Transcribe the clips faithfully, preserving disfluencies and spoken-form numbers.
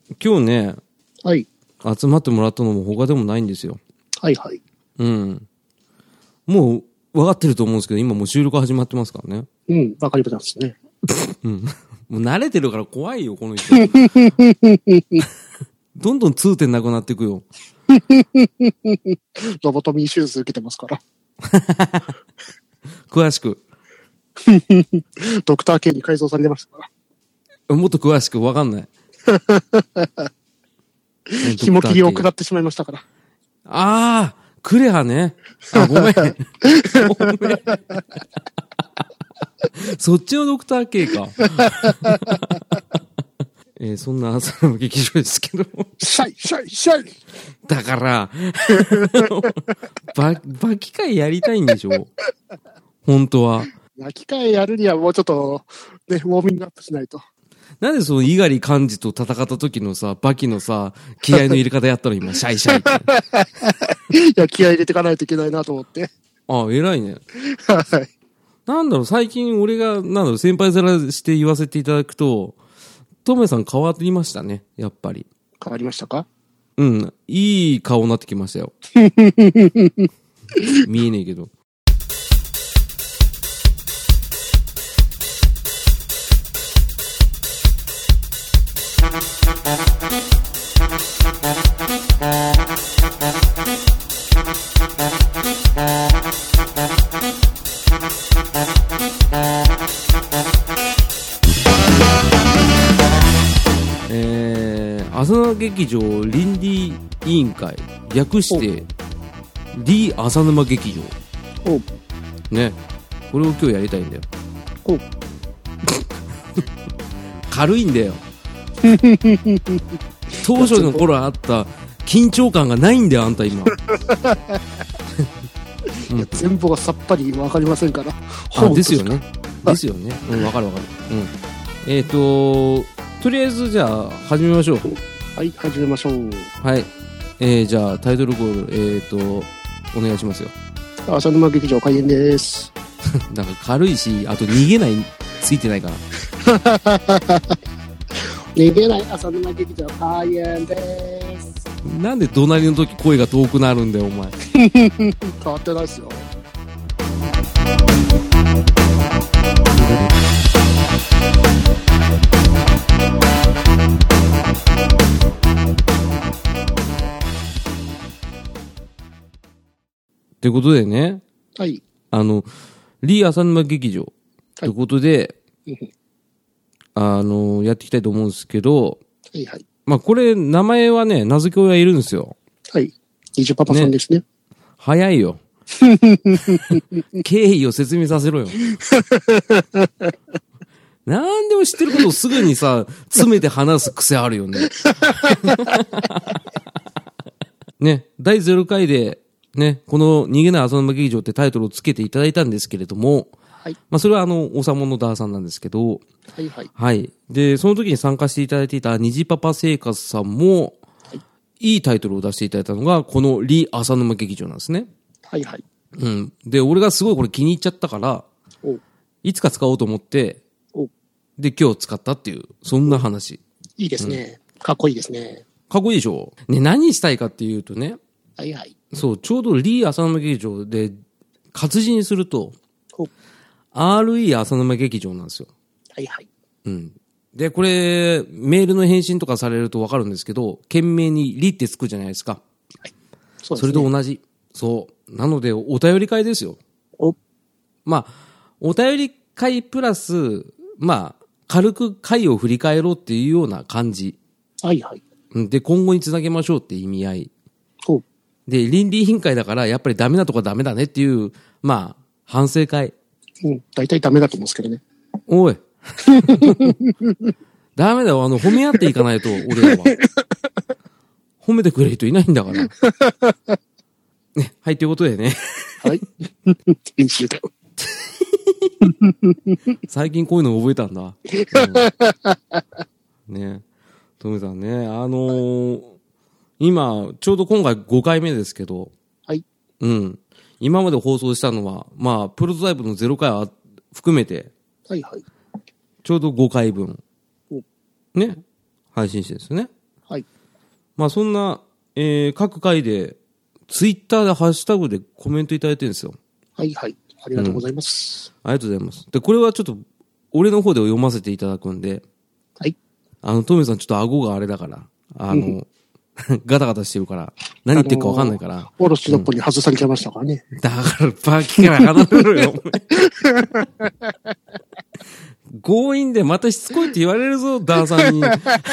今日ね、 はい。 集まってもらったのも他でもないんですよ。 はいはい。 うん。もう分かってると思うんですけど、今もう収録始まってますからね。 うん、わかりますね。 うん。もう慣れてるから怖いよ、この人。どんどん痛点なくなっていくよ。 ロボトミー手術受けてますから。 詳しく。 ドクター K に改造されてましたから。 もっと詳しく分かんない。 紐切りを食らってしまいましたから。 ああ、クレハね。あ、ごめん。ごめん。そっちのドクター K か。えー、そんな朝の劇場ですけど。 シャイシャイシャイだから、バ、バキ会やりたいんでしょ本当は。 泣き替えやるにはもうちょっと、ね、ウォーミングアップしないと。 なんでその猪狩幹事と戦った時のさ、バキのさ、気合の入れ方やったの今、シャイシャイって。 いや、気合入れていかないといけないなと思って。 ああ、偉いね。 はい。 なんだろう、最近俺が、なんだろう、先輩面して言わせていただくと、トメさん変わりましたね、やっぱり。 変わりましたか？ うん、いい顔になってきましたよ。見えねえけど。浅沼劇場倫理委員会、略してリ浅沼劇場ね、これを今日やりたいんだよ。軽いんだよ。当初の頃あった緊張感がないんだよ、あんた今。 いや、全部がさっぱりわかりませんから。 あ、ですよね。ですよね。うん、わかるわかる。うん。えっと、とりあえずじゃあ始めましょう。 はい、始めましょう。 はい。えー、じゃあタイトルコール、えっと、お願いしますよ。 浅沼劇場開演です。 なんか軽いし、あと逃げない、ついてないから。 逃げない浅沼劇場開演です。 なんで怒鳴りの時声が遠くなるんだよ、お前。 変わってないっすよ。 ということでね、 はい。 あの、リー浅沼劇場ということで、はい、あの、やっていきたいと思うんですけど、 はいはい。 まあこれ、名前はね、名付け親いるんですよ。 はい。ニジパパさんですね。ね、 早いよ。経緯を説明させろよ。なんでも知ってることをすぐにさ、詰めて話す癖あるよね。ね、だいゼロかいで、ね、この逃げない浅沼劇場ってタイトルをつけていただいたんですけれども、はい。まあそれはあの、おさものダーさんなんですけど、 はいはい。 はい。で、その時に参加していただいていた虹パパ生活さんも、はい、いいタイトルを出していただいたのが、このリー浅沼劇場なんですね。 はいはい。 うん。で、俺がすごいこれ気に入っちゃったから、いつか使おうと思って、で、今日使ったっていう、そんな話。 いいですね、うん。かっこいいですね。 かっこいいでしょ？ね、何したいかっていうとね、 はいはい。 そう、ちょうどリー浅沼劇場で、活字にすると、アールイー 浅沼劇場なんですよ。 はいはい。 うん。で、これ、メールの返信とかされるとわかるんですけど、懸命にリってつくじゃないですか。はい。そうですね。それと同じ。そう。なので、お便り会ですよ。 お。 まあ、お便り会プラス、まあ、軽く会を振り返ろうっていうような感じ。 はいはい。 で、今後につなげましょうって意味合い。 お。で、 倫理委員会だから、やっぱりダメなとこはダメだねっていう、まあ、反省会。 うん、大体ダメだと思うんですけどね。 おい。ダメだよ、あの、褒め合っていかないと、俺らは。褒めてくれる人いないんだから。ね、はい、ということでね。 はい。練習だよ。 最近こういうの覚えたんだ。うん、ね。トメさんね、あのー、今、ちょうど今回ごかいめですけど、 はい。 うん。今まで放送したのは、まあ、プロトタイプのゼロかいは含めて、 はいはい。 ちょうどごかいぶん、ね、配信してるんですよね。 はい。 まあそんな、えー、各回で、ツイッターでハッシュタグでコメントいただいてるんですよ。 はいはい。ありがとうございます。 うん、ありがとうございます。で、これはちょっと、俺の方で読ませていただくんで、 はい。 あの、トメさんちょっと顎があれだから、あの、うん、ガタガタしてるから、何言ってるか分かんないから。あのー、 オロチのっぽに外されちゃいましたからね。 うん、だから、バキから離れろよ。強引でまたしつこいって言われるぞ、ダーさんに。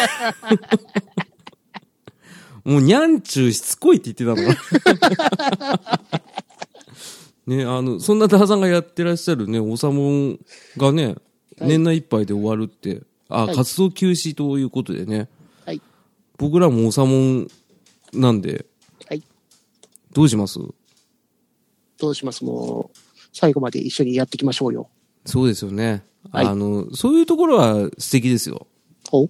もう、にゃんちゅうしつこいって言ってたの。ね、あの、そんなダーさんがやってらっしゃるね、おさもんがね、はい、年内いっぱいで終わるって、あ、はい、活動休止ということでね。 はい。 僕らもおさもんなんで。 はい。 どうします？ どうしますもう、最後まで一緒にやっていきましょうよ。 そうですよね。はい、あの、そういうところは素敵ですよ。 ほう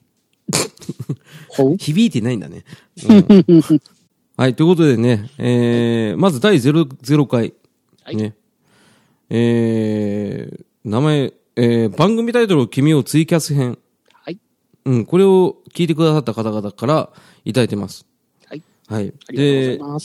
ほう響いてないんだね。うん、はい、ということでね、えー、まずだいゼロ回。はい、ね。えー、名前、えー、番組タイトルを君をツイキャス編。 はい。 うん、これを聞いてくださった方々からいただいてます。 はい。 はい。 ありがとうございます。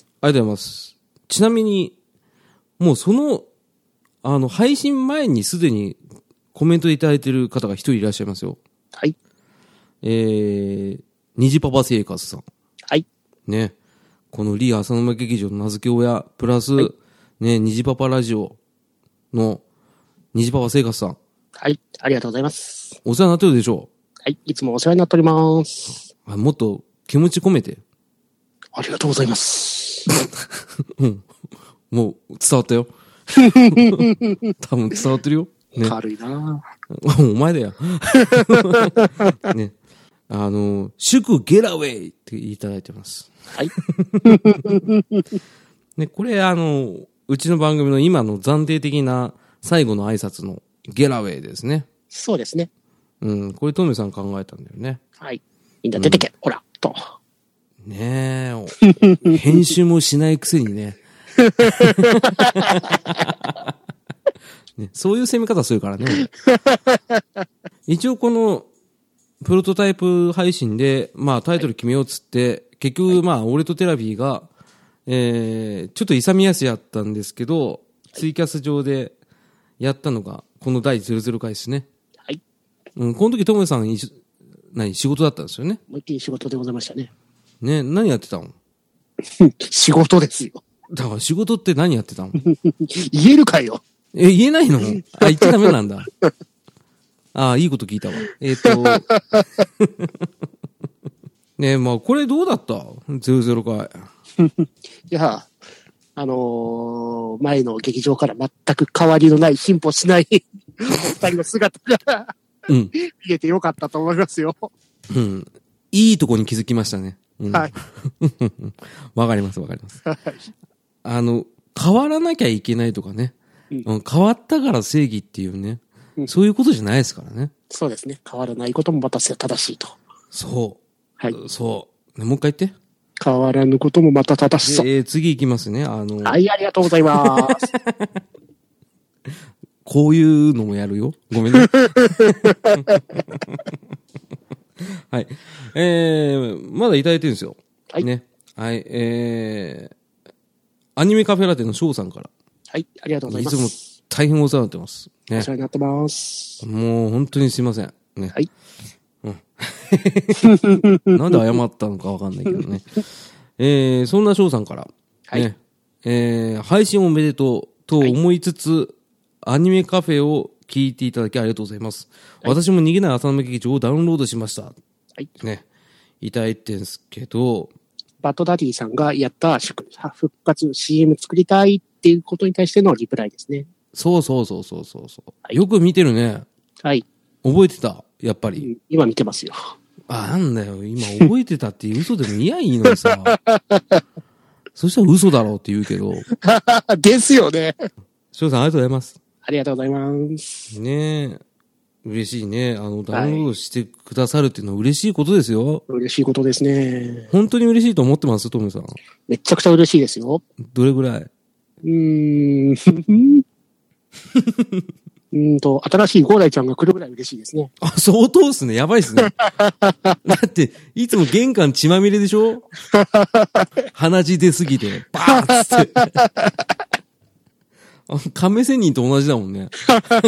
ありがとうございます。ちなみに、もうその、あの、配信前にすでにコメントいただいている方が一人いらっしゃいますよ。 はい。 えー、虹パパ生活さん。 はい。 ね。このリー浅沼劇場の名付け親、プラス、はい、ね、虹パパラジオの虹パパ生活さん。 はい。ありがとうございます。 お世話になってるでしょう。はい。いつもお世話になっております。 あ、もっと気持ち込めて。 ありがとうございます。 うん。もう伝わったよ。多分伝わってるよ。 ね、軽いなお前だよ。ね。あの、祝ゲラウェイっていただいてます。 はい。 ね、これあの、うちの番組の今の暫定的な最後の挨拶のゲラウェイですね。 そうですね。 うん、これトメさん考えたんだよね。 はい。みんな出てけ、うん、ほら、と。 ねえ、編集もしないくせにね。ね、そういう攻め方するからね。一応このプロトタイプ配信で、まあタイトル決めようっつって、はい、結局まあ俺とテラビーが、えー、ちょっと勇みやすやったんですけど、はい、ツイキャス上でやったのがこのだいゼロゼロ回ですね。 はい。 うん、この時トモエさん何仕事だったんですよね。 思いっきり仕事でございましたね。 ね、何やってたの？ 仕事ですよ。 だから仕事って何やってたの？ 言えるかよ。 え、言えないの？あ、言っちゃダメなんだ。ああ、いいこと聞いたわ。えっと。ねえ、まあ、これどうだった？ゼロゼロ回。 いや、あのー、前の劇場から全く変わりのない進歩しないお二人の姿が、うん、見えてよかったと思いますよ。 うん。いいとこに気づきましたね。うん、 はい。 わかります、わかります。はい。あの、変わらなきゃいけないとかね。うん、変わったから正義っていうね、うん、そういうことじゃないですからね。 そうですね。変わらないこともまた正しいと。 そう。 はい。 そう。ね、もう一回言って。 変わらぬこともまた正しそう。 えー、次行きますね。あの。 はい、ありがとうございます。 こういうのもやるよ。ごめんね。はい。えー、まだいただいてるんですよ。 はい。 ね。はい。えー、アニメカフェラテの翔さんから。 はい、ありがとうございます。 いつも大変お世話になってます。 ね、お世話になってます。 もう本当にすいません。ね。 はい。 うん。なんで謝ったのかわかんないけどね。えー、そんな翔さんから。 はい。 ね、えー、配信おめでとうと思いつつ、はい、アニメカフェを聞いていただきありがとうございます。はい、私も逃げない浅沼劇場をダウンロードしました。はい。ね。いただいてんすけど、 バッドダディさんがやった復活 シーエム 作りたいっていうことに対してのリプライですね。 そうそうそうそうそう、はい。よく見てるね。 はい。 覚えてたやっぱり。 今見てますよ。 あ、なんだよ。今覚えてたって嘘でもいやいいのにさ。そしたら嘘だろうって言うけど。 ですよね。 翔さんありがとうございます。 ありがとうございます。 ねえ。嬉しいね。あの、ダウンロードしてくださるっていうのは嬉しいことですよ。はい、 嬉しいことですね。 本当に嬉しいと思ってますトムさん。 めちゃくちゃ嬉しいですよ。 どれぐらい？ うーん。ううんと、新しいゴーライちゃんが来るぐらい嬉しいですね。 あ、相当っすね。やばいっすね。だって、いつも玄関血まみれでしょ鼻血出すぎて、バーッつって。あの、亀仙人と同じだもんね。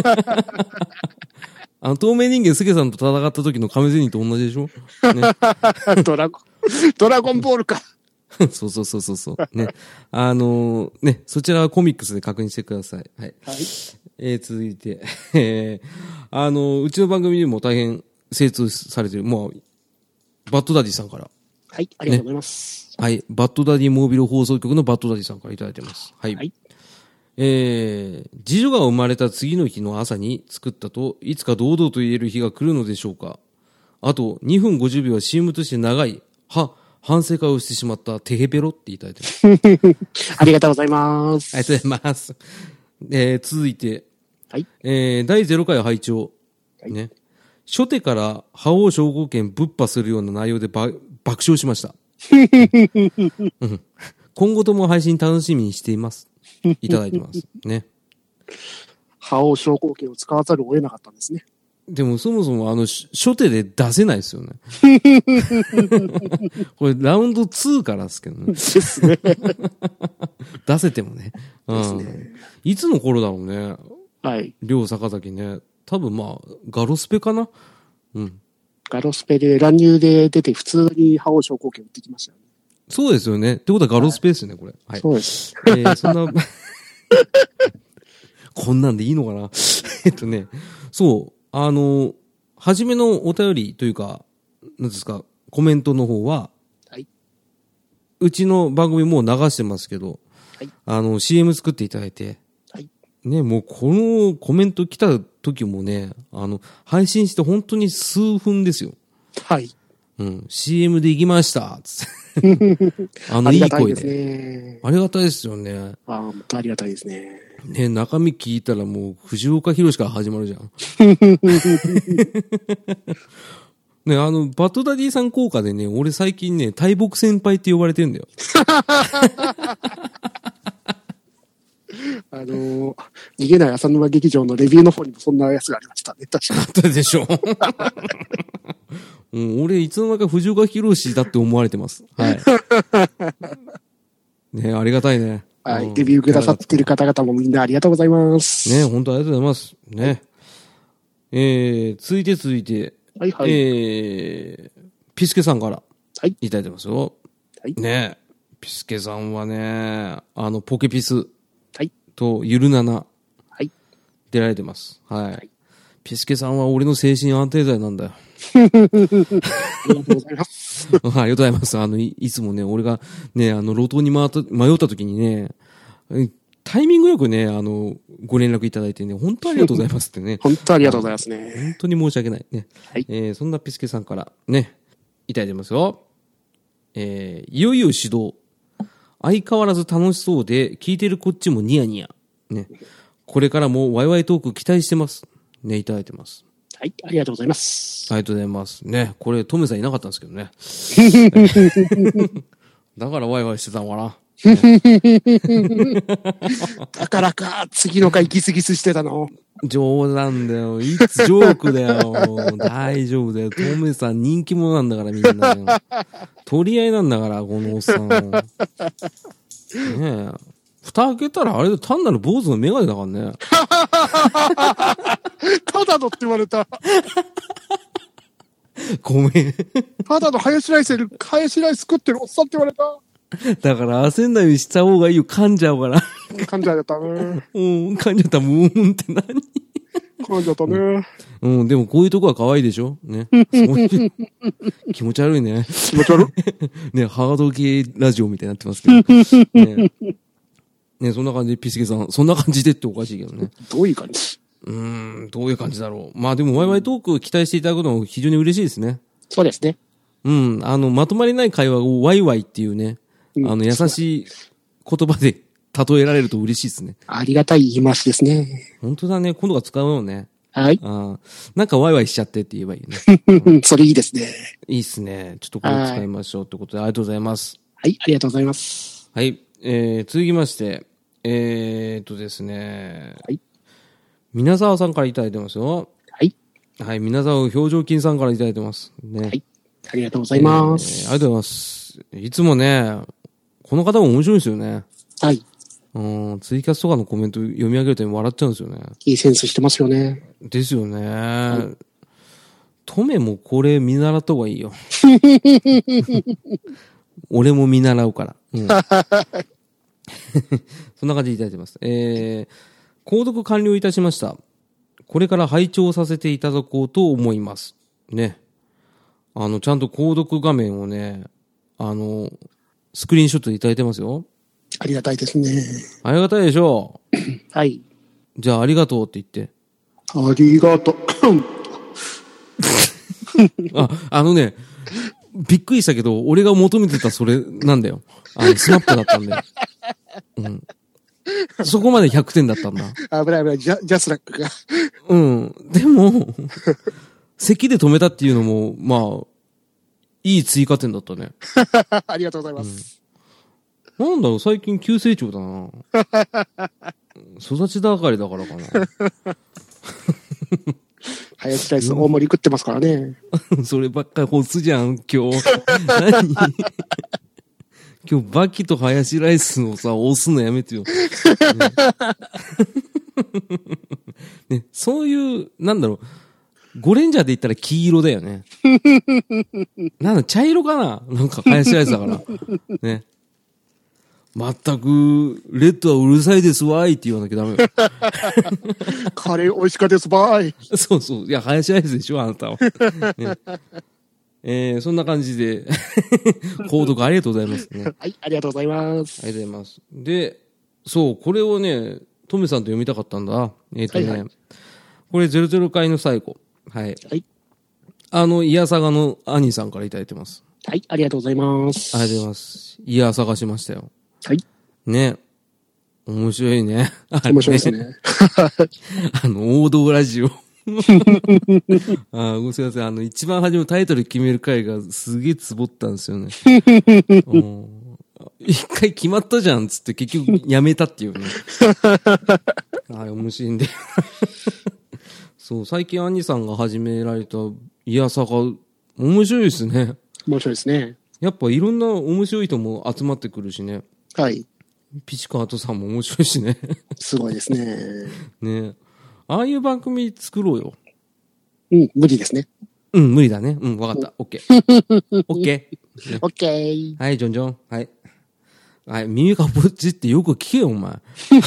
あの、透明人間スケさんと戦った時の亀仙人と同じでしょね。 ドラゴン、ドラゴンボールか。 そうそうそうそうそう。ね。あのー、ね、そちらはコミックスで確認してください。はい。はい。えー、続いて、えー、あのー、うちの番組にも大変精通されてる、もう、バッドダディさんから。 はい、ありがとうございます。 ね、はい。バッドダディモービル放送局のバッドダディさんからいただいてます。はい。はい。えー、次女が生まれた次の日の朝に作ったと、いつか堂々と言える日が来るのでしょうか。あと、にふんごじゅうびょうは シーエム として長い。は、反省会をしてしまったテヘペロっていただいてます。 ありがとうございます。 ありがとうございます。えー、続いて、 はい。 えー、だいゼロかい拝聴。はい。ね。初手から覇王称号権ぶっ破するような内容でば爆笑しました。うん、今後とも配信楽しみにしています。いただいてます。ね。 覇王称号権を使わざるを得なかったんですね。 でもそもそもあの、初手で出せないですよね。これラウンドツーからですけどね。 ですね。 出せてもね。 ですね。 いつの頃だろうね。 はい。 両坂崎ね。多分まあ、ガロスペかな。うん。 ガロスペで乱入で出て普通に覇王称号権売ってきましたよね。 そうですよね。ってことはガロスペですよね、はい、これ。はい。 そうです。 えー、そんな、こんなんでいいのかなえっとね、そう。あの、初めのお便りというか、何ですか、コメントの方は、はい。うちの番組もう流してますけど、はい。あの、シーエム 作っていただいて、はい。ね、もうこのコメント来た時もね、あの、配信して本当に数分ですよ。 はい。 うん。シーエム で行きましたつってあの、いい声で。ありがたいですね。ありがたいですよね。 ああ、本当ありがたいですね。 ね、中身聞いたらもう藤岡弘から始まるじゃん。ね、あの、バトダディさん効果でね、俺最近ね、大木先輩って呼ばれてんだよ。 あのー、逃げない浅沼劇場のレビューの方にもそんなやつがありましたね。確かに。 あったでしょ。うん、俺、いつの間にか藤岡弘だって思われてます。はい。ね、ありがたいね。 はい。レビューくださってる方々もみんなありがとうございます。 ね、本当ありがとうございます。ね。はい、えー、続いて続いて。はいはい。えー、ピスケさんから。はい。いただいてますよ。はい。ね。ピスケさんはね、あの、ポケピス。はい。と、ゆるなな。はい。出られてます。はい。はい、ピスケさんは俺の精神安定剤なんだよ。ありがとうございます。ありがとうございます。あのい、いつもね、俺がね、あの、路頭に迷った、迷った時にね、タイミングよくね、あの、ご連絡いただいてね、本当ありがとうございますってね。 本当ありがとうございますね。 本当に申し訳ないね。はい。えー、そんなピスケさんからね、いただいてますよ。えー、いよいよ始動。相変わらず楽しそうで、聞いてるこっちもニヤニヤ。ね。これからもワイワイトーク期待してます。ね、いただいてます。 はい、ありがとうございます。 ありがとうございます。ね、これ、トメさんいなかったんですけどね。だからワイワイしてたのかな。 だからか、次の回ギスギスしてたの。 冗談だよ。いつジョークだよ。大丈夫だよ。トメさん人気者なんだからみんな。取り合いなんだから、このおっさん。ねえ。蓋開けたらあれだ、単なる坊主のメガネだからね。 ただのって言われた。 ごめん。 ただのハヤシライス、ハヤシライス食ってるおっさんって言われた。 だから焦んないようにした方がいいよ。噛んじゃうから。 噛んじゃったね。 うん、噛んじゃった。ムーンって何噛んじゃったね。 うん、うん、でもこういうとこは可愛いでしょね。そういう気持ち悪いね。 気持ち悪いね、ハード系ラジオみたいになってますけど。ねね、そんな感じで、ピスケさん、そんな感じでっておかしいけどね。 どういう感じうーん、どういう感じだろう。まあでも、ワイワイトーク期待していただくのも非常に嬉しいですね。 そうですね。 うん、あの、まとまりない会話をワイワイっていうね、うん、あの、優しい言葉で例えられると嬉しいですね。 ありがたい言い回しですね。 本当だね、今度は使うよね。 はい。 あなんかワイワイしちゃってって言えばいいね。 うん、それいいですね。 いいっすね。ちょっとこれ使いましょうってことで、ありがとうございます。 はい、ありがとうございます。 はい。えー、続きまして、えーっとですね。はい。 皆沢さんからいただいてますよ。 はい。 はい、皆沢表情筋さんからいただいてます。ね。はい。 ありがとうございます。 えー、ありがとうございます。いつもね、この方も面白いですよね。 はい。 うん、ツイキャスとかのコメント読み上げると笑っちゃうんですよね。 いいセンスしてますよね。 ですよね。はい、トメもこれ見習った方がいいよ。俺も見習うから。うん、そんな感じでいただいてます。えー、購読完了いたしました。これから拝聴させていただこうと思います。ね。あの、ちゃんと購読画面をね、あの、スクリーンショットでいただいてますよ。 ありがたいですね。 ありがたいでしょう。 はい。 じゃあ、ありがとうって言って。 ありがとう。 あ、あのね、びっくりしたけど、俺が求めてたそれなんだよ。あの、スナップだったんで。うん。そこまでひゃくてんだったんだ。 危ない危ない、ジャ、ジャスラックが。 うん。でも、咳で止めたっていうのも、まあ、いい追加点だったね。 ありがとうございます。 うん、なんだろう、最近急成長だな。育ち盛りだからかな。 林ライス大盛り食ってますからね。 そればっかり干すじゃん、今日。何今日バキとハヤシライスをさ、押すのやめてよ。ねね、そういう、なんだろう、ゴレンジャーで言ったら黄色だよね。なんだ、茶色かななんかハヤシライスだから。ね。まったく、レッドはうるさいですわーいって言わなきゃダメよ。 カレー美味しかですばーい。 そうそう。いや、ハヤシライスでしょ、あなたは。ね、えー、そんな感じで、購読ありがとうございますね。 はい、ありがとうございます。 ありがとうございます。で、そう、これをね、トメさんと読みたかったんだ。えっ、ー、とね、はいはい、これゼロゼロ回の最後。はい。はい。あの、イヤサガの兄さんからいただいてます。 はい、ありがとうございます。 ありがとうございますです。いや、探しましたよ。 はい。 ね。面白いね。 面白いですね。 あの、王道ラジオ。あ、ごめんなさい。あの、一番初めタイトル決める回がすげえつぼったんですよね。一回決まったじゃんっつって結局やめたっていうね。あれ面白いんで。そう、最近アンニさんが始められたイヤサガ、面白いですね。 面白いですね。 やっぱいろんな面白い人も集まってくるしね。 はい。 ピチカートさんも面白いしね。 すごいですね。 ね。ああいう番組作ろうよ。 うん、無理ですね。 うん、無理だね。うん、わかった。オッケー。オッケー。オッケー。 はい、ジョンジョン。はい。はい、耳かぼっちってよく聞けよ、お前。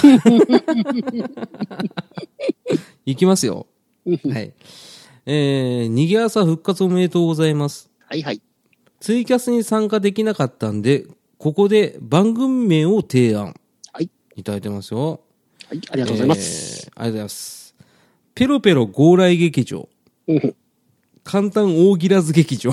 いきますよ。はい。えー、にぎ朝復活おめでとうございます。 はいはい。 ツイキャスに参加できなかったんで、ここで番組名を提案。 はい。 いただいてますよ。 はい、ありがとうございます。 えー、ありがとうございます。ペロペロ号来劇場。簡単大喜らず劇場。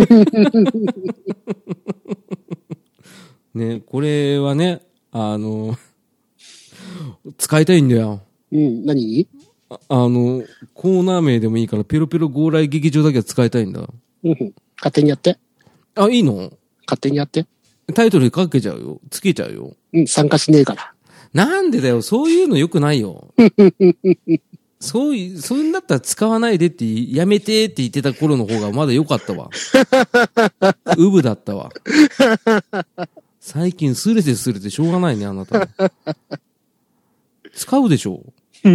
ね、これはね、あの、使いたいんだよ。 うん、何？ あ, あの、コーナー名でもいいから、ペロペロ号来劇場だけは使いたいんだ。 うん、勝手にやって。 あ、いいの？ 勝手にやって。 タイトルかけちゃうよ。つけちゃうよ。 うん、参加しねえから。 なんでだよ、そういうの良くないよ。そういう、そういうんだったら使わないでって、やめてって言ってた頃の方がまだ良かったわ。ウブだったわ。最近すれてすれてしょうがないね、あなた。使うでしょ。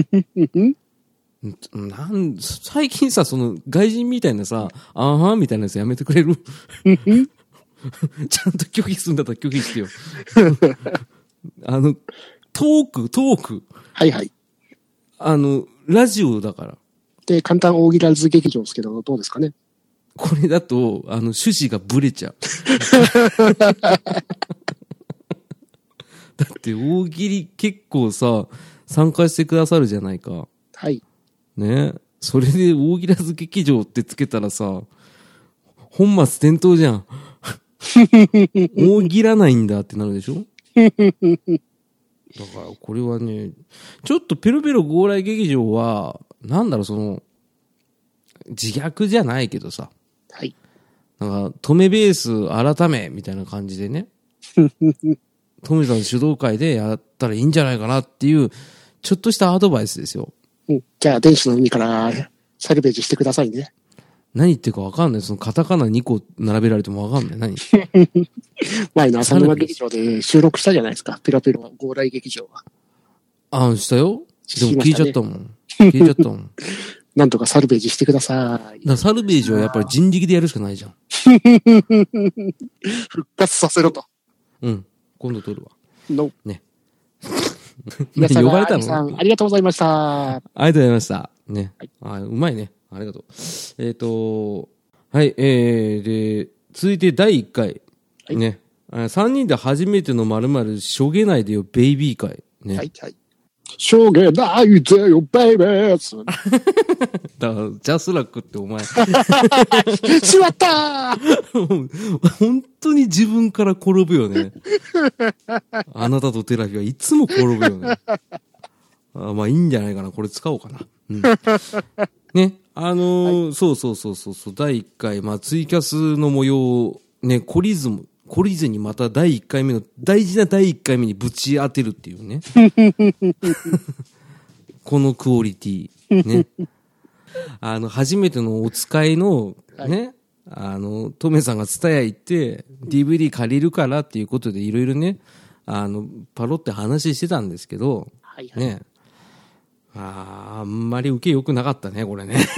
なん、最近さ、その外人みたいなさ、あーはーみたいなやつやめてくれる？ちゃんと拒否するんだったら拒否してよ。あの、トーク、トーク。 はいはい。 あの、ラジオだから。 で、簡単大喜利図劇場ですけど、どうですかね。 これだと、あの、趣旨がブレちゃう。だって、大喜利結構さ、参加してくださるじゃないか。 はい。 ね。それで大喜利図劇場ってつけたらさ、本末転倒じゃん。大喜らないんだってなるでしょ？だからこれはね、ちょっとペロペロ号来劇場は、なんだろう、その、自虐じゃないけどさ。 はい。 なんか、止めベース改めみたいな感じでね。トメさん主導会でやったらいいんじゃないかなっていう、ちょっとしたアドバイスですよ。 うん。じゃあ、電子の海からサルベージしてくださいね。 何言ってるかわかんない。そのカタカナにこ並べられてもわかんない。何前の浅沼劇場で収録したじゃないですか。ピロピロ号来劇場は。 ああ、したよ。でも聞いちゃったもん。聞いちゃったもん。 なんとかサルベージしてください。 だサルベージはやっぱり人力でやるしかないじゃん。 復活させろと。 うん。今度撮るわ。 の。 ね。 皆さん、 呼ばれたのさんありがとうございました。 ありがとうございました。ね。 はい、 あうまいね。ありがとう。えっ、ー、と、はい、えー、で、続いてだいいっかい。はい、ね。さんにんで初めての〇〇しょげないでよ、ベイビー会。ね。はい、はい。 しょげないでよ、ベイビーだから、ジャスラックってお前。 しまったー本当に自分から転ぶよね。あなたとテラフィはいつも転ぶよね。あまあいいんじゃないかな。これ使おうかな。うん、ね。あのーはい、そうそうそうそうそう、だいいっかい、まあツイキャスの模様をね、懲りずも、懲りずにまただいいっかいめの、大事なだいいっかいめにぶち当てるっていうね。このクオリティ。ね。あの、初めてのお使いの、ね、はい、あの、トメさんがツタヤ行って、ディーブイディー 借りるからっていうことでいろいろね、あの、パロって話してたんですけど、はいはい、ね。ああ、あんまり受け良くなかったね、これね。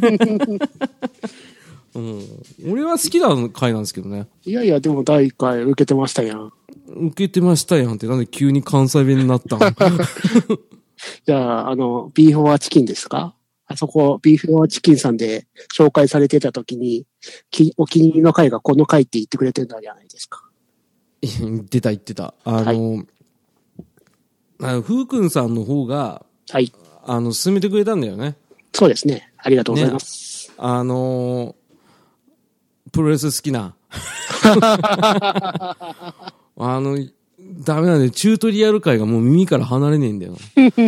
うん、俺は好きな回なんですけどね。 いやいや、でもだいいっかい受けてましたやん。 受けてましたやんって、なんで急に関西弁になったのじゃあ、あの、ビーフォアチキンですか？あそこ、ビーフォアチキンさんで紹介されてた時に、きお気に入りの回がこの回って言ってくれてたじゃないですか。 言ってた言ってた。あの、はい、あのふうくんさんの方が、はい。あの、進めてくれたんだよね。 そうですね。ありがとうございます。 ね、あのー、プロレス好きな。あの、ダメなんだよ。チュートリアル界がもう耳から離れねえんだよ。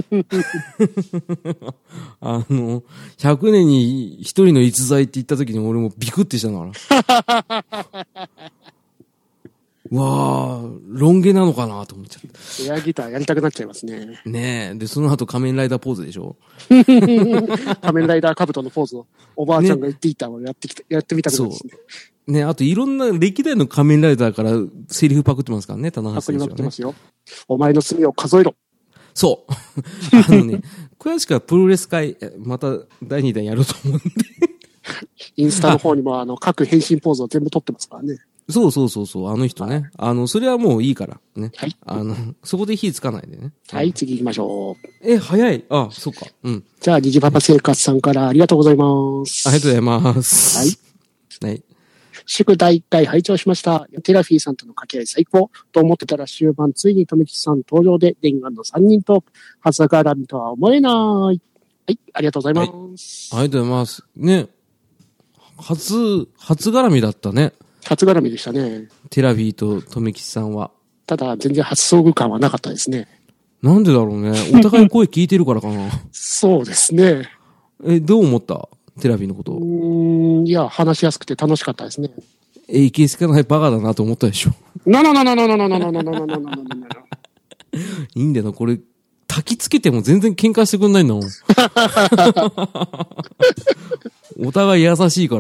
あの、ひゃくねんに一人の逸材って言った時に俺もビクってしたんだから。わー、ロン毛なのかなと思っちゃった。 エアギターやりたくなっちゃいますね。 ねえ。で、その後仮面ライダーポーズでしょ仮面ライダーカブトのポーズをおばあちゃんが言っていたのをやってきた、ね、やってみたくなるんですね。 ね、あといろんな歴代の仮面ライダーからセリフパクってますからね、棚橋選手は、ね。パクりまくってますよ。 お前の罪を数えろ。 そう。あのね、詳しくはプロレス界、まただいにだんやろうと思うんで。 インスタの方にもあの各変身ポーズを全部撮ってますからね。 そうそうそうそう、あの人ね。はい、あの、それはもういいから。ね。はい。あの、そこで火つかないでね。 はい、次行きましょう。 え、早い。あ、そうか。うん。 じゃあ、ニジパパ生活さんからありがとうございます。 ありがとうございます。はい。はい。 祝だいいっかい拝聴しました。テラフィーさんとの掛け合い最高と思ってたら終盤ついにとめきちさん登場で念願のさんにんトーク。初絡みとは思えない。はい。ありがとうございます。 はい、ありがとうございます。ね。初、初絡みだったね。 初絡みでしたね。 テラフィーととめきちさんは。 ただ、全然初遭遇感はなかったですね。 なんでだろうね。お互い声聞いてるからかな。 そうですね。 え、どう思ったテラフィーのこと。 うーん、いや、話しやすくて楽しかったですね。 え、いけすかないバカだなと思ったでしょ。 なななななななななななななななな。 いいんだよな、これ、焚きつけても全然喧嘩してくんないんだもん。お互い優しいから。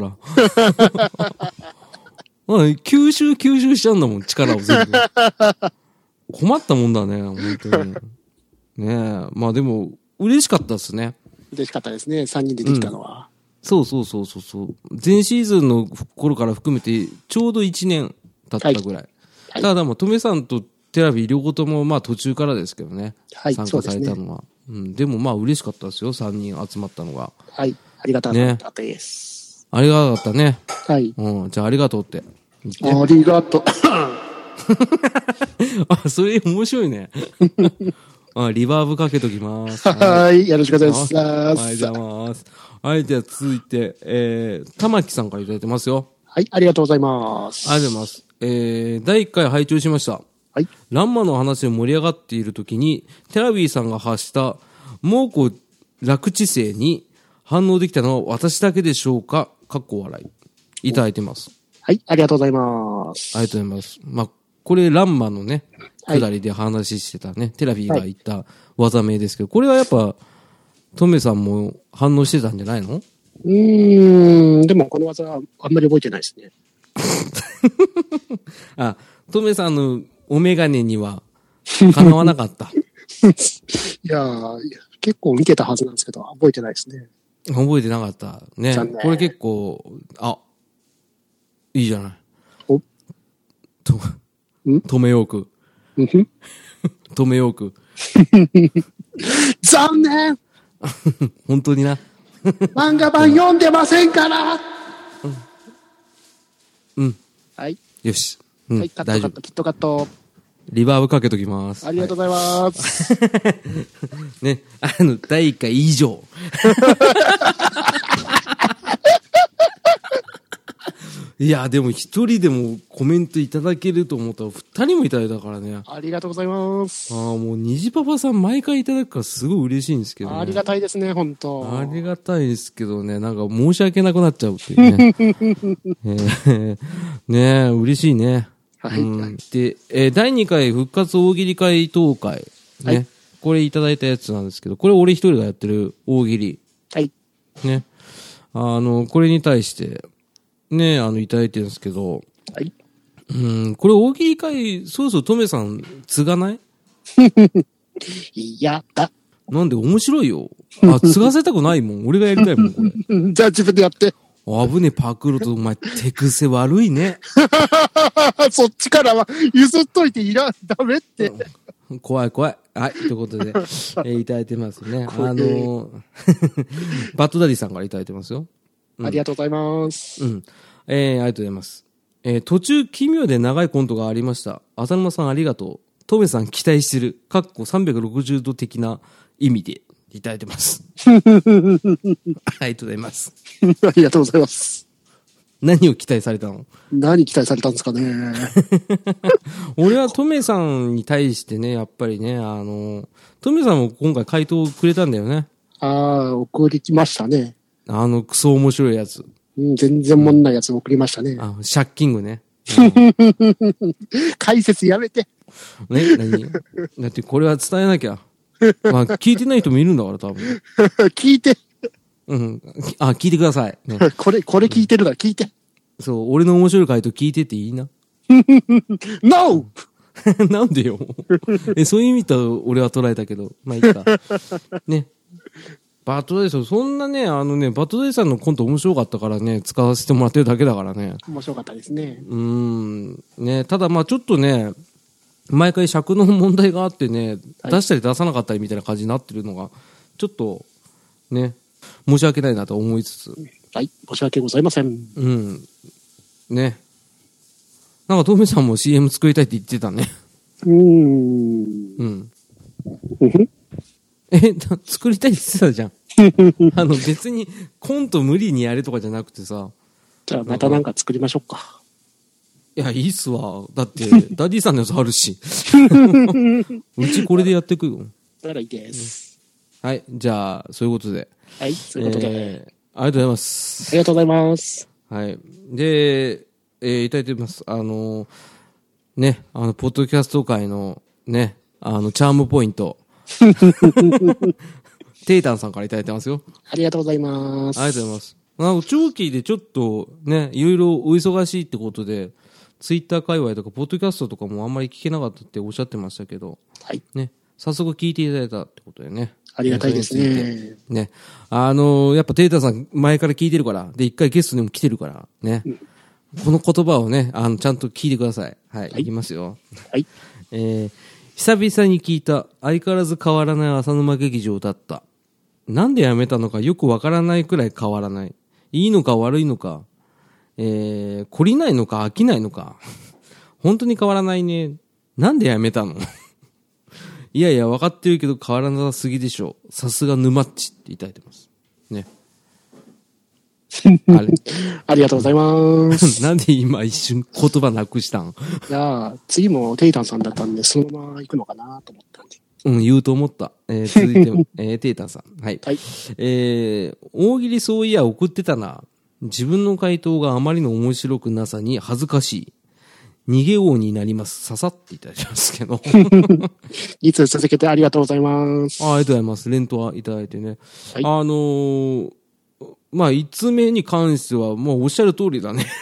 吸収吸収しちゃうんだもん、力を全部。困ったもんだね、本当に。ねえ。まあでも、嬉しかったですね。 嬉しかったですね、さんにんでできたのは。 うん、そうそうそうそうそう。前シーズンの頃から含めて、ちょうどいちねん経ったぐらい。はいはい、ただもう、トメさんとテラビー両方ともまあ途中からですけどね。はい、参加されたのは。うね、うん。でもまあ嬉しかったですよ、さんにん集まったのが。 はい。ありがたかったです。 ね、ありがたかったね。 はい。 うん。じゃあありがとうって。 ありがとう。 あ、それ面白いね。あ、リバーブかけときます。 はい。よろしくお願いします。はい、 ありがとうございます。はい、じゃあ続いて、えー、玉木さんからいただいてますよ。 はい、ありがとうございます。 ありがとうございます。えー、だいいっかい拝聴しました。はい。ランマの話で盛り上がっているときに、テラビーさんが発した猛虎楽知性に反応できたのは私だけでしょうか？かっこ笑い。いただいてます。 はい、ありがとうございます。 ありがとうございます。まあ、これランマのね、くだりで話してたね、はい、テラビーが言った技名ですけど、これはやっぱ、 トメさんも反応してたんじゃないの？ うーん、でもこの技はあんまり覚えてないですね。 あ、トメさんのお眼鏡にはかなわなかった。 いやー、結構見てたはずなんですけど、覚えてないですね。 覚えてなかった。ね。これ結構、あ、いいじゃない。 おと、止めようく。止めようく。 残念本当にな。 漫画版読んでませんから、うん、 うん。 はい。 よし。うん、 はい、カットカット、キットカット。 リバーブかけときます。 ありがとうございます。 はい、ね、あの、だいいっかい以上。いや、でも一人でもコメントいただけると思ったら二人もいただいたからね。 ありがとうございます。 ああ、もう虹パパさん毎回いただくからすごい嬉しいんですけどね。 ありがたいですね、本当。 ありがたいですけどね、なんか申し訳なくなっちゃうっていうね。えー、ねえ、嬉しいね。 はい。 うん、で、えー、だいにかい復活大喜利会当会。ね、はい。これいただいたやつなんですけど、これ俺一人がやってる大喜利。 はい。 ね。あの、これに対して、ね、あの、いただいてるんですけど。 はい。 うん、これ大喜利会、そろそろトメさん、継がない？ いやだ。 なんで面白いよ。あ、継がせたくないもん。俺がやりたいもん、これ。 じゃあ自分でやって。 危ねえ、パクるとお前、手癖悪いね。 そっちからは譲っといていら、ダメって。 怖い怖い。はい、ということで、えー、いただいてますね。あのー、バッドダディさんからいただいてますよ。 うん、ありがとうございます。 うん。えー、ありがとうございます。えー、途中奇妙で長いコントがありました。浅沼さんありがとう。トメさん期待してる。かっこさんびゃくろくじゅうど的な意味でいただいてます。ありがとうございます。 ありがとうございます。 何を期待されたの？ 何期待されたんですかね。 俺はトメさんに対してね、やっぱりね、あの、トメさんも今回回答をくれたんだよね。 ああ、送りましたね。 あの、クソ面白いやつ。 うん、全然もんないやつ送りましたね。 あ、シャッキングね。 解説やめて。 ね、何？だってこれは伝えなきゃ。まあ、聞いてない人もいるんだから、多分。 聞いて。 うん。あ、聞いてください。ね、 これ、これ聞いてるなら聞いて。 そう、俺の面白い回答聞いてっていいな。 ノーなんでよ。え、そういう意味と俺は捉えたけど、まあいいか。ね。バッドダディさん、そんなね、あのね、バッドダディさんのコント面白かったからね、使わせてもらってるだけだからね。 面白かったですね。 うーん。ね、ただまあちょっとね、毎回尺の問題があってね、はい、出したり出さなかったりみたいな感じになってるのが、ちょっと、ね、申し訳ないなと思いつつ。 はい、申し訳ございません。 うん。ね。なんか、トメさんも シーエム 作りたいって言ってたね。 うーん。 うん。え、作りたいって言ってたじゃん。あの、別にコント無理にやれとかじゃなくてさ。 じゃあ、またなんか作りましょうか。 いや、いいっすわ。だって、ダディさんのやつあるし。うちこれでやっていくよ。 だからいいです。 はい、じゃあ、そういうことで。 はい、そういうことで。 えー、ありがとうございます。 ありがとうございます。 はい。で、えー、いただいてます。あの、ね、あの、ポッドキャスト界の、ね、あの、チャームポイント。テイタンさんからいただいてますよ。 ありがとうございます。 ありがとうございます。あの、長期でちょっとね、いろいろお忙しいってことで、ツイッター界隈とか、ポッドキャストとかもあんまり聞けなかったっておっしゃってましたけど、 はい。 ね、早速聞いていただいたってことでね。 ありがたいですね。 ね。あのー、やっぱテイタンさん前から聞いてるから、で、一回ゲストにも来てるから、ね。うん、この言葉をね、あの、ちゃんと聞いてください。はい。はい、いきますよ。 はい。 えー、久々に聞いた、相変わらず変わらない浅沼劇場だった。なんでやめたのかよくわからないくらい変わらない。いいのか悪いのか、えー、懲りないのか飽きないのか。本当に変わらないね。なんでやめたのいやいや、分かってるけど変わらなさすぎでしょ。さすが沼っちっていただいてます。ね。 あれありがとうございます。 なんで今一瞬言葉なくしたん？ いや次もテイタンさんだったんで、そのまま行くのかなと思ったんで。 うん、言うと思った。えー、続いても、えー、テイタンさん。はい。 はい。 えー、大喜利そういや送ってたな。自分の回答があまりの面白くなさに恥ずかしい。 逃げ王になります。ささっていただいてますけど。 いつ続けてありがとうございます。 あ、ありがとうございます。連投はいただいてね。 はい、 あのー、まあ、いつめに関しては、もうおっしゃる通りだね。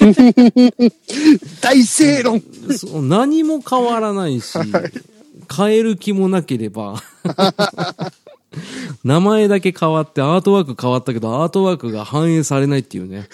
大正論何も変わらないし、変える気もなければ。名前だけ変わってアートワーク変わったけど、アートワークが反映されないっていうね。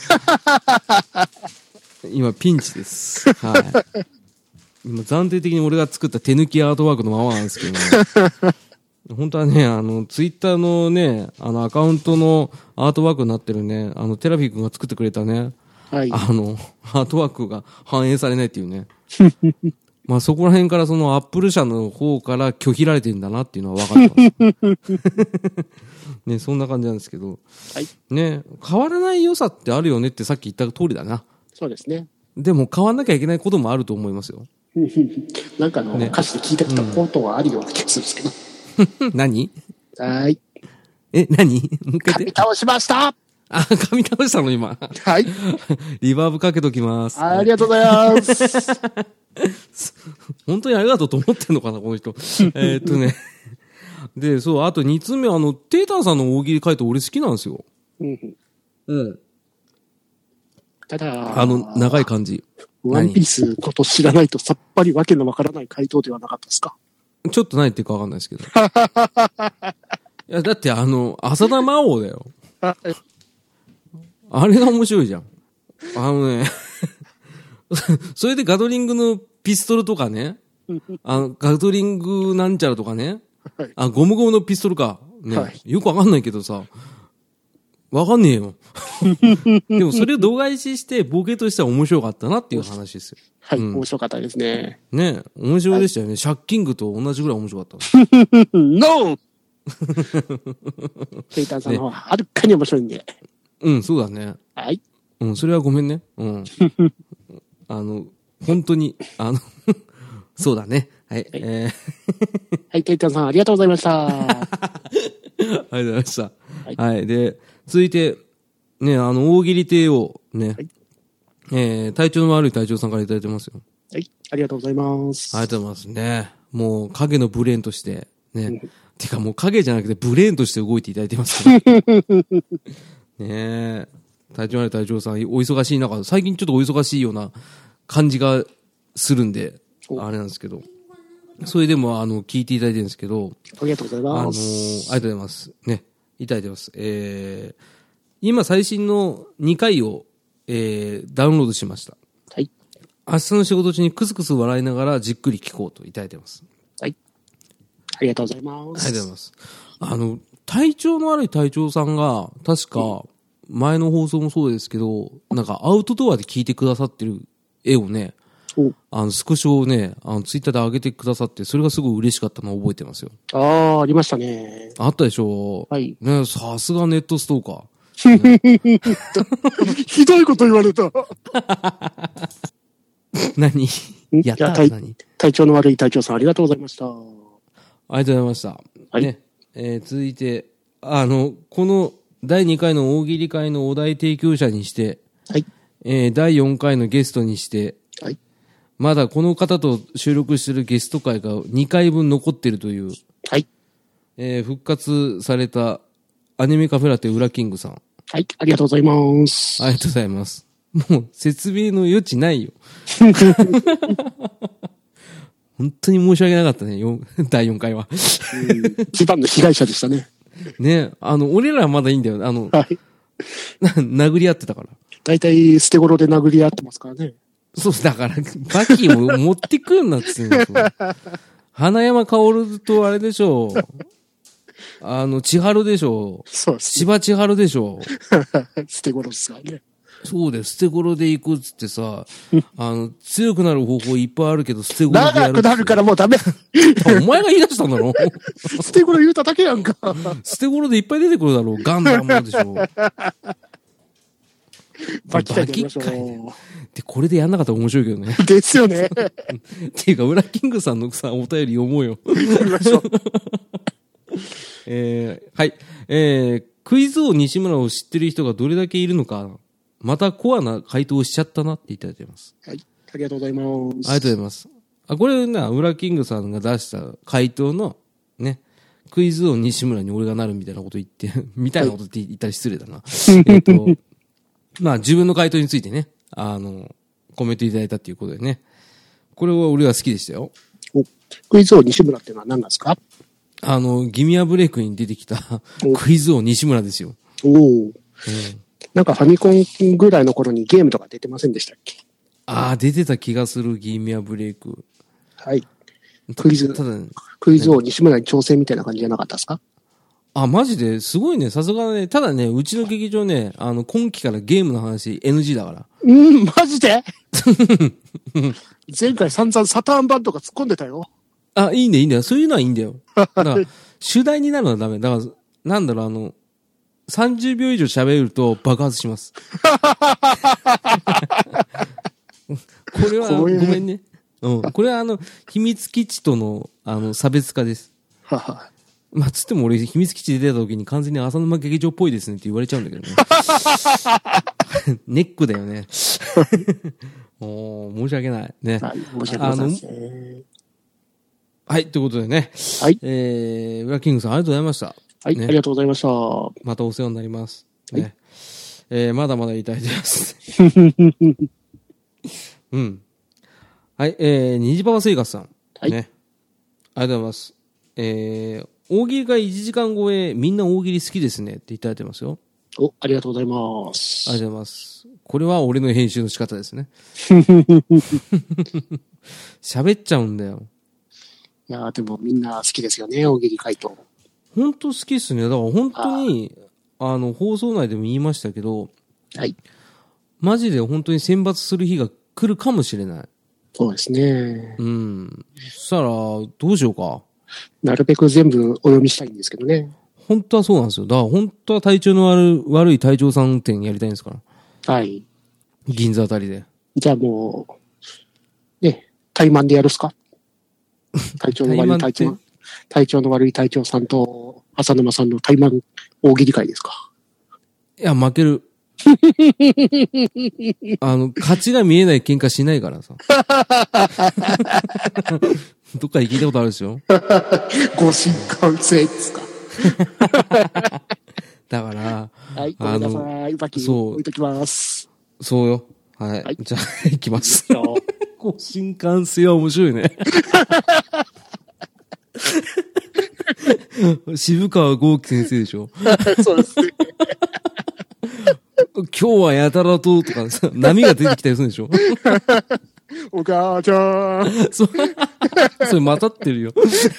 今ピンチです。はい。今暫定的に俺が作った手抜きアートワークのままなんですけどね。本当はね、あの、ツイッターのね、あの、アカウントのアートワークになってるね、あの、テラフィー君が作ってくれたね、 はい。 あの、アートワークが反映されないっていうね。まあそこら辺からそのアップル社の方から拒否られてるんだなっていうのは分かってます。ね、そんな感じなんですけど。 はい。 ね、変わらない良さってあるよねってさっき言った通りだな。 そうですね。 でも変わんなきゃいけないこともあると思いますよ。 なんかの、ね、歌詞で聞いてきたことはあるような気がするんですけど。 何？ はい。 え、何？もう一回噛み倒しましたあ、噛み倒したの今。 はい。 リバーブかけときます。 ありがとうございます。 本当にありがとうと思ってんのかな、この人。えーっとね。で、そう、あと二つ目、あの、テーターさんの大喜利回答俺好きなんですよ。 うん。 うん。 ただ、 あの、長い感じ。 ワンピースこと知らないとさっぱりわけのわからない回答ではなかったですか？ ちょっと何言ってるかわかんないですけど。いや、だってあの、浅田真央だよ。あれが面白いじゃん。あのね、それでガトリングのピストルとかね、あの、ガトリングなんちゃらとかね、 はい、 あ、ゴムゴムのピストルか。ね、はい、よくわかんないけどさ、わかんねえよ。でもそれを度外視してボケとしては面白かったなっていう話ですよ。 はい、うん、面白かったですね。 ね、面白いでしたよね。はい、シャッキングと同じぐらい面白かった。 ノーケイタンさんの方ははるかに面白いんで。 うん、そうだね。 はい。 うん、それはごめんね。うん。あの、本当に、あの、そうだね。はい。はい、えー、はい、ケイタンさんありがとうございました。 ありがとうございました。はい。はい、で、続いて、ね、あの、大喜利帝王、ね。はい、えー、体調の悪い隊長さんからいただいてますよ。 はい。ありがとうございます。 ありがとうございますね。もう、影のブレーンとして、ね。うん、てかもう影じゃなくてブレーンとして動いていただいてますから。ねえ。隊長の悪い隊長さん、お忙しい中、最近ちょっとお忙しいような感じがするんで、あれなんですけど。それでも、あの、聞いていただいてるんですけど。 ありがとうございます。 あのー、ありがとうございます。ね。いただいてます。えー、今最新のにかいを、えー、ダウンロードしました。 はい。 明日の仕事中にクスクス笑いながらじっくり聞こうといただいてます。 はい。ありがとうございます。 ありがとうございます。あの、体調の悪い隊長さんが、確か、前の放送もそうですけど、なんかアウトドアで聞いてくださってる絵をね、あの、スクショをね、あの、ツイッターで上げてくださって、それがすごい嬉しかったのを覚えてますよ。 ああ、ありましたね。 あったでしょう。 はい。 ね、さすがネットストーカー。 ね、ひどいこと言われた。 何やった何体調の悪い隊長さんありがとうございました。 ありがとうございました。はい。ね、えー、続いて、あの、このだいにかいの大喜利会のお題提供者にして、 はい。 えー、だいよんかいのゲストにして、 はい。 まだこの方と収録しているゲスト会がにかいぶん残っているという、 はい。 えー、復活されたアニメカフェラテウラキングさん。 はい、ありがとうございます。 ありがとうございます。もう説明の余地ないよ。本当に申し訳なかったね、だいよんかいは。 一番の被害者でしたね。 ね、あの、俺らはまだいいんだよ。あの、はい、殴り合ってたから。 だいたい捨て頃で殴り合ってますからね。 そう、だから、バキを持ってくんなっつうんですよ。花山薫とあれでしょう。あの、千春でしょう。 そうです、 ね。千葉千春でしょう。捨て頃ですからね。 そうだよ、捨て頃で行くっつってさ、あの、強くなる方法いっぱいあるけど、捨て頃でやる。 長くなるからもうダメ。 お前が言い出したんだろ捨て頃言うただけやんか。 捨て頃でいっぱい出てくるだろう。ガンダムもでしょ。 バキ会で。 で、これでやんなかったら面白いけどね。 ですよね。 っていうか、ウラキングさんのさ、お便り読もうよ。えー、はい。えー、クイズ王西村を知ってる人がどれだけいるのか、またコアな回答をしちゃったなっていただいてます。 はい。 ありがとうございます。 ありがとうございます。あ、これな、ウラキングさんが出した回答の、ね、クイズ王西村に俺がなるみたいなこと言って、みたいなことって言ったら失礼だな。えっと、まあ自分の回答についてね、あの、コメントいただいたっていうことでね。これは俺は好きでしたよ。 お、クイズ王西村っていうのは何なんですか？ あの、ギミアブレイクに出てきたクイズ王西村ですよ。 おお、うん。なんかファミコンぐらいの頃にゲームとか出てませんでしたっけ？ ああ、出てた気がする、ギミアブレイク。 はい。クイズ、ただ、ね、クイズ王西村に挑戦みたいな感じじゃなかったですか？ あ、マジですごいね。さすがね。ただね、うちの劇場ね、あの、今期からゲームの話 エヌジー だから。 うん、マジで前回散々サターン版とか突っ込んでたよ。 あ、いいんだよ、いいんだよ。そういうのはいいんだよ。だから、主題になるのはダメ。だから、なんだろう、あの、さんじゅうびょう以上喋ると爆発します。これは、ごめんね。うん。これはあの、秘密基地との、あの、差別化です。はは。まあ、つっても俺、秘密基地で出た時に完全に浅沼劇場っぽいですねって言われちゃうんだけどね。ネックだよね。おー、申し訳ない。ね。はい、申し訳ないですね。はい、ということでね。はい。えー、ウラキングさんありがとうございました。 はい、ね、ありがとうございました。 またお世話になります。ね。はい、えー、まだまだいただいてます。うん。はい、えー、虹パパ生活さん。はい。ね。ありがとうございます。えー、大喜利がいちじかん超え、みんな大喜利好きですねっていただいてますよ。 お、ありがとうございます。 ありがとうございます。これは俺の編集の仕方ですね。喋っちゃうんだよ。 いやーでもみんな好きですよね、大喜利回答。 本当好きっすね。だから本当に、あ, あの、放送内でも言いましたけど、はい。マジで本当に選抜する日が来るかもしれない。 そうですね。 うん。そしたら、どうしようか。 なるべく全部お読みしたいんですけどね。 本当はそうなんですよ。だから本当は体調の悪い、悪い隊長さん店やりたいんですから。はい。銀座あたりで。じゃあもう、ね、対マンでやるっすか？体調の悪い隊長、体調の悪い隊長さんと浅沼さんの対マン大喜利会ですか？いや、負ける。あの、勝ちが見えない喧嘩しないからさ。どっかで聞いたことあるでしょ？ご新幹線ですか？だから、はい、ごめんなさい。バキそう置いときます。そうよ。はい。はい、じゃあ、行きます。ご新幹線は面白いね。渋川豪樹先生でしょ？そうですね。今日はやたらととかさ、波が出てきたりするんでしょ？お母ちゃん。そ, それまたってるよ。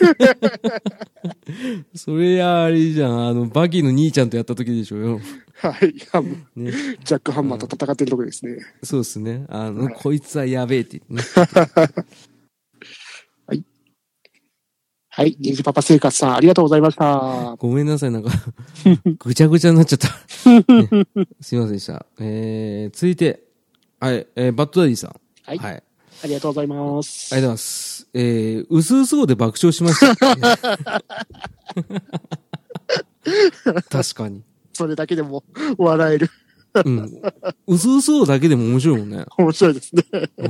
それやあれじゃん、あの、バギーの兄ちゃんとやった時でしょうよ。はい。ね、ジャックハンマーと戦ってるとこですね。そうですね。あの、はい、こいつはやべえって言ってね。はい。はい。ゲジパパ生活さん、ありがとうございました。ごめんなさい、なんか、ぐちゃぐちゃになっちゃった。ね、すいませんでした。えー、続いて、はい、えー、バッドダディさん。はい。はい。ありがとうございます。ありがとうございます。えー、うすうすおで爆笑しました。確かに。それだけでも笑える。うん。うすうすおだけでも面白いもんね。面白いですね。うん。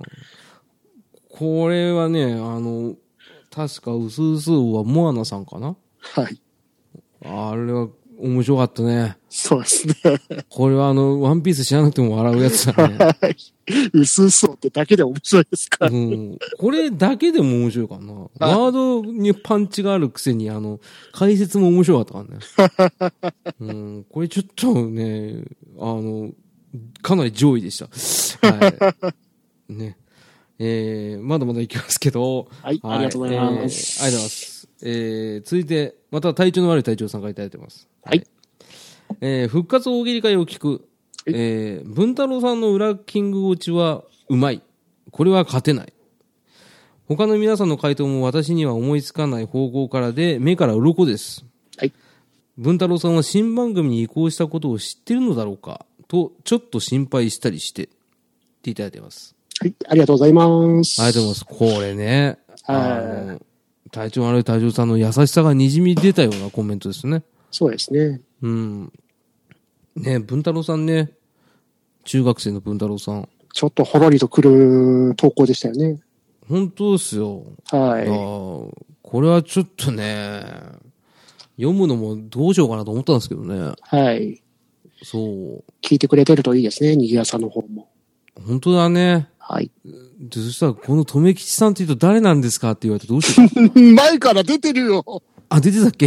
これはね、あの、確かうすうすおはモアナさんかな？はい。あれは面白かったね。そうですね。これはあの、ワンピース知らなくても笑うやつだね。はい。うすうすおってだけで面白いですか？うん。これだけでも面白いかな。ワードにパンチがあるくせに、あの、解説も面白かったからね。うん。これちょっとね、あの、かなり上位でした。はい。ね。えー、まだまだいきますけど。はい。はい、ありがとうございます。えー、ありがとうございます。えー、続いて、また体調の悪い隊長さんからいただいてます。はい。はい、えー、復活大喜利会を聞く。えー、文太郎さんの裏キング落ちはうまい。これは勝てない。他の皆さんの回答も私には思いつかない方向からで、目から鱗です。はい。文太郎さんは新番組に移行したことを知ってるのだろうかと、ちょっと心配したりして、っていただいてます。はい。ありがとうございます。ありがとうございます。これね。はい。体調悪い隊長さんの優しさが滲み出たようなコメントですね。そうですね。うん。ね、文太郎さんね。中学生の文太郎さん。 ちょっとほろりとくる投稿でしたよね。 本当ですよ。 はい。 あこれはちょっとね、読むのもどうしようかなと思ったんですけどね。 はい。 そう。 聞いてくれてるといいですね、にぎやさんの方も。 本当だね。 はい。 でそしたら、この留吉さんって言うと誰なんですかって言われてどうしようか。 前から出てるよ。 あ、出てたっけ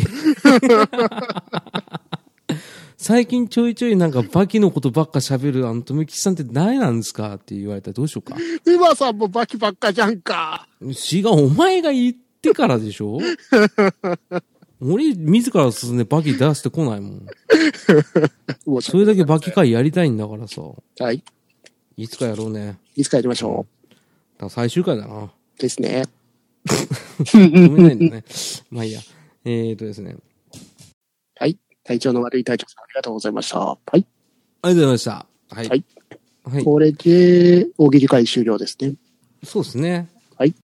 最近ちょいちょいなんかバキのことばっか喋るあの留吉さんって誰なんですかって言われたらどうしようか。 今さんもバキばっかじゃんか。 違う、お前が言ってからでしょ俺、自ら進んでバキ出してこないもん。それだけバキ会やりたいんだからさ。 はい。 いつかやろうね。 いつかやりましょう。 だから最終回だな。 ですね。 止めないんだね。まあいいや。えーとですね。 はい。体調の悪い隊長さん、ありがとうございました。はい。 ありがとうございました。はい。 はい。 はい。 これで、大喜利会終了ですね。 そうですね。